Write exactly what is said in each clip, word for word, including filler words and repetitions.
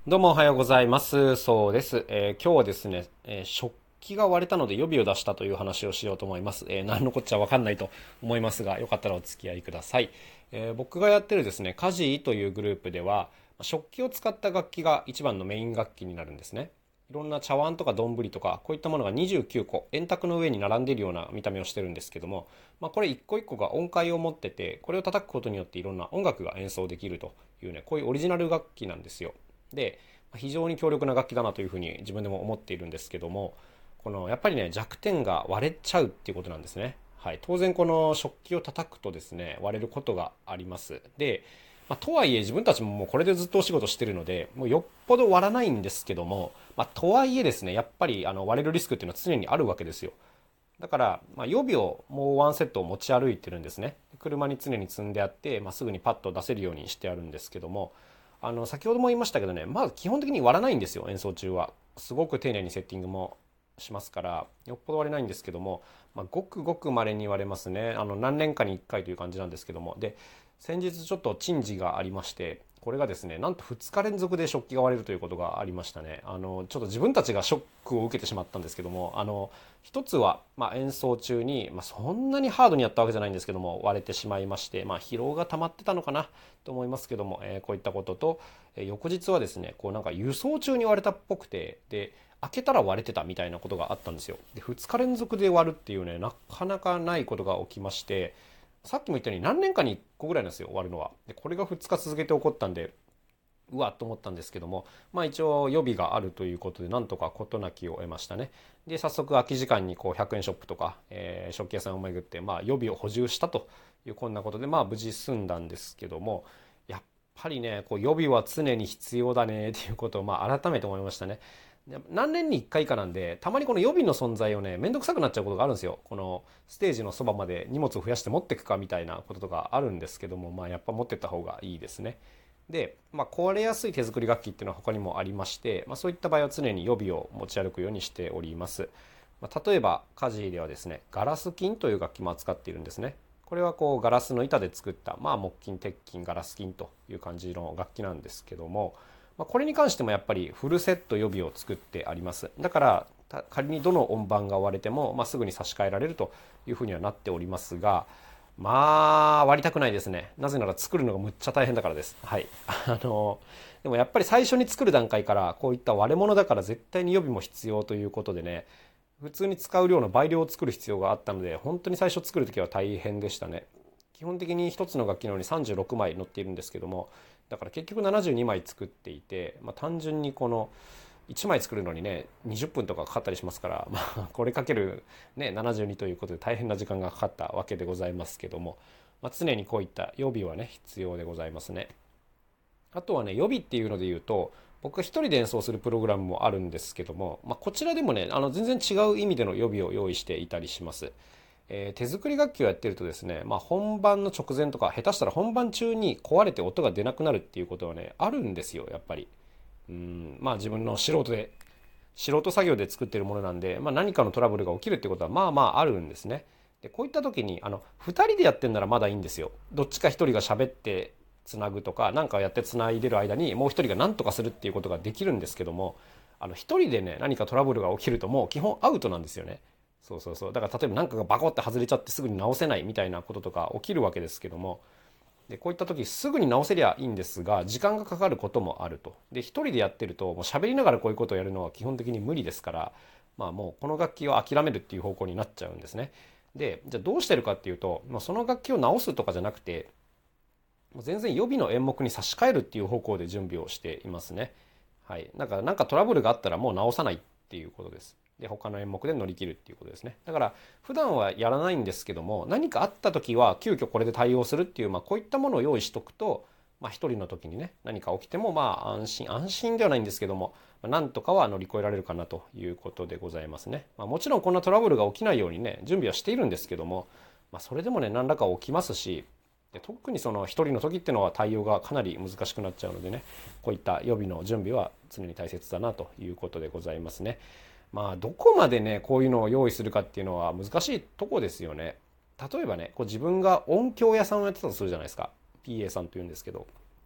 どうもおはようございます。そうです。えー今日はですね、えー食器が割れたので予備を出したという話をしようと思います。えー何のこっちゃわかんないと思いますが、よかったらお付き合いください。えー僕がやってるですね、家事というグループでは、食器を使った楽器が一番のメイン楽器になるんですね。いろんな茶碗とか丼とか、こういったものがにじゅうきゅうこ、円卓の上に並んでいるような見た目をしてるんですけども、まあ、これ一個一個が音階を持ってて、これを叩くことによっていろんな音楽が演奏できるというね、こういうオリジナル楽器なんですよ。で、非常に強力な楽器だなというふうに自分でも思っているんですけども、このやっぱりね、弱点が割れちゃうっていうことなんですね。はい、当然この食器を叩くとですね、割れることがあります。で、まあ、とはいえ自分たちももうこれでずっとお仕事してるので、もうよっぽど割らないんですけども、まあ、とはいえですね、やっぱりあの割れるリスクっていうのは常にあるわけですよ。だから、まあ、予備をもうワンセットを持ち歩いてるんですね。車に常に積んであって、まあ、すぐにパッと出せるようにしてあるんですけども、あの先ほども言いましたけどね、まあ基本的に割らないんですよ、演奏中は。すごく丁寧にセッティングもしますから、よっぽど割れないんですけども、まあ、ごくごく稀に割れますね。あの何年かにいっかいという感じなんですけども。で、先日ちょっと珍事がありまして、これがですね、なんとふつか連続で食器が割れるということがありましたね。あの、ちょっと自分たちがショックを受けてしまったんですけども、あの、一つは、まあ、演奏中に、まあ、そんなにハードにやったわけじゃないんですけども、割れてしまいまして、まあ、疲労が溜まってたのかなと思いますけども、えーこういったことと、えー翌日はですね、こうなんか輸送中に割れたっぽくて、で、開けたら割れてたみたいなことがあったんですよ。で、ふつか連続で割るっていうね、なかなかないことが起きまして、さっきも言ったように何年かにいっこぐらいなんですよ、割るのは。で、これがふつか続けて起こったんで、うわっと思ったんですけども、まあ一応予備があるということで、なんとか事なきを得ましたね。で、早速空き時間にこうひゃくえんショップとか、えー食器屋さんを巡って、まあ予備を補充したというこんなことで、まあ無事済んだんですけども、やっぱりね、こう予備は常に必要だねっていうことを、まあ改めて思いましたね。何年にいっかいかなんで、たまにこの予備の存在をね、めんどくさくなっちゃうことがあるんですよ。このステージのそばまで荷物を増やして持っていくかみたいなこととかあるんですけども、まあやっぱ持ってった方がいいですね。で、まあ、壊れやすい手作り楽器っていうのは他にもありまして、まあ、そういった場合は常に予備を持ち歩くようにしております。まあ、例えば家事ではですね、ガラス金という楽器も扱っているんですね。これはこうガラスの板で作った、まあ、木琴、鉄琴、ガラス金という感じの楽器なんですけども、まあ、これに関してもやっぱりフルセット予備を作ってあります。だから仮にどの音盤が割れても、まあ、すぐに差し替えられるというふうにはなっておりますが、まあ、割りたくないですね。なぜなら作るのがむっちゃ大変だからです。はい。あの、でもやっぱり最初に作る段階から、こういった割れ物だから絶対に予備も必要ということでね、普通に使う量の倍量を作る必要があったので、本当に最初作るときは大変でしたね。基本的に一つの楽器のようにさんじゅうろくまい載っているんですけども、だから結局ななじゅうにまい作っていて、まあ、単純にこのいちまい作るのにね、にじゅっぷんとかかかったりしますから、まあ、これかける、ね、ななじゅうにということで大変な時間がかかったわけでございますけども、まあ、常にこういった予備はね、必要でございますね。あとはね、予備っていうので言うと、僕が一人で演奏するプログラムもあるんですけども、まあ、こちらでもね、あの全然違う意味での予備を用意していたりします。えー手作り楽器をやってるとですね、まあ、本番の直前とか、下手したら本番中に壊れて音が出なくなるっていうことはね、あるんですよ、やっぱり。うん、まあ自分の素人で素人作業で作っているものなんで、まあ、何かのトラブルが起きるってことはまあまああるんですね。でこういった時にあのふたりでやってんならまだいいんですよ。どっちかひとりが喋ってつなぐとか何かやってつないでる間にもうひとりが何とかするっていうことができるんですけども、あのひとりでね何かトラブルが起きるともう基本アウトなんですよね。そうそうそう。だから例えば何かがバコって外れちゃってすぐに直せないみたいなこととか起きるわけですけども、でこういった時すぐに直せりゃいいんですが時間がかかることもあると。で一人でやってるともう喋りながらこういうことをやるのは基本的に無理ですから、まあもうこの楽器を諦めるっていう方向になっちゃうんですね。でじゃあどうしてるかっていうと、まあ、その楽器を直すとかじゃなくてもう全然予備の演目に差し替えるっていう方向で準備をしていますね。はい。なんかなんかトラブルがあったらもう直さないっていうことです。で他の演目で乗り切るっていうことですね。だから普段はやらないんですけども、何かあった時は急遽これで対応するっていう、まあ、こういったものを用意しとくと、まあ、一人の時にね何か起きてもまあ安心安心ではないんですけども、まあ、なんとかは乗り越えられるかなということでございますね。まあ、もちろんこんなトラブルが起きないようにね準備はしているんですけども、まあ、それでもね何らか起きますし、で特にその一人の時っていうのは対応がかなり難しくなっちゃうのでね、こういった予備の準備は常に大切だなということでございますね。まあどこまでねこういうのを用意するかっていうのは難しいとこですよね。例えばねこう自分が音響屋さんをやってたとするじゃないですか。 ピーエー さんというんですけど、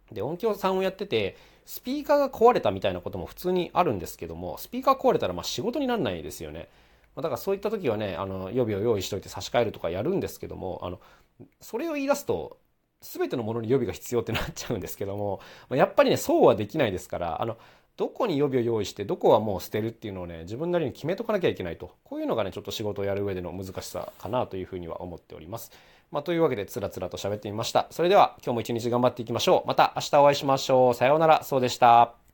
で、音響さんをやってて、スピーカーが壊れたみたいなことも普通にあるんですけども、スピーカー壊れたらまあ仕事にならないですよね。だからそういった時はね、あの予備を用意しといて差し替えるとかやるんですけども、あのそれを言い出すと全てのものに予備が必要ってなっちゃうんですけども、やっぱりね、そうはできないですから、あのどこに予備を用意してどこはもう捨てるっていうのをね、自分なりに決めとかなきゃいけないと、こういうのがねちょっと仕事をやる上での難しさかなというふうには思っております。まあ、というわけでつらつらと喋ってみました。それでは今日も一日頑張っていきましょう。また明日お会いしましょう。さようなら。そうでした。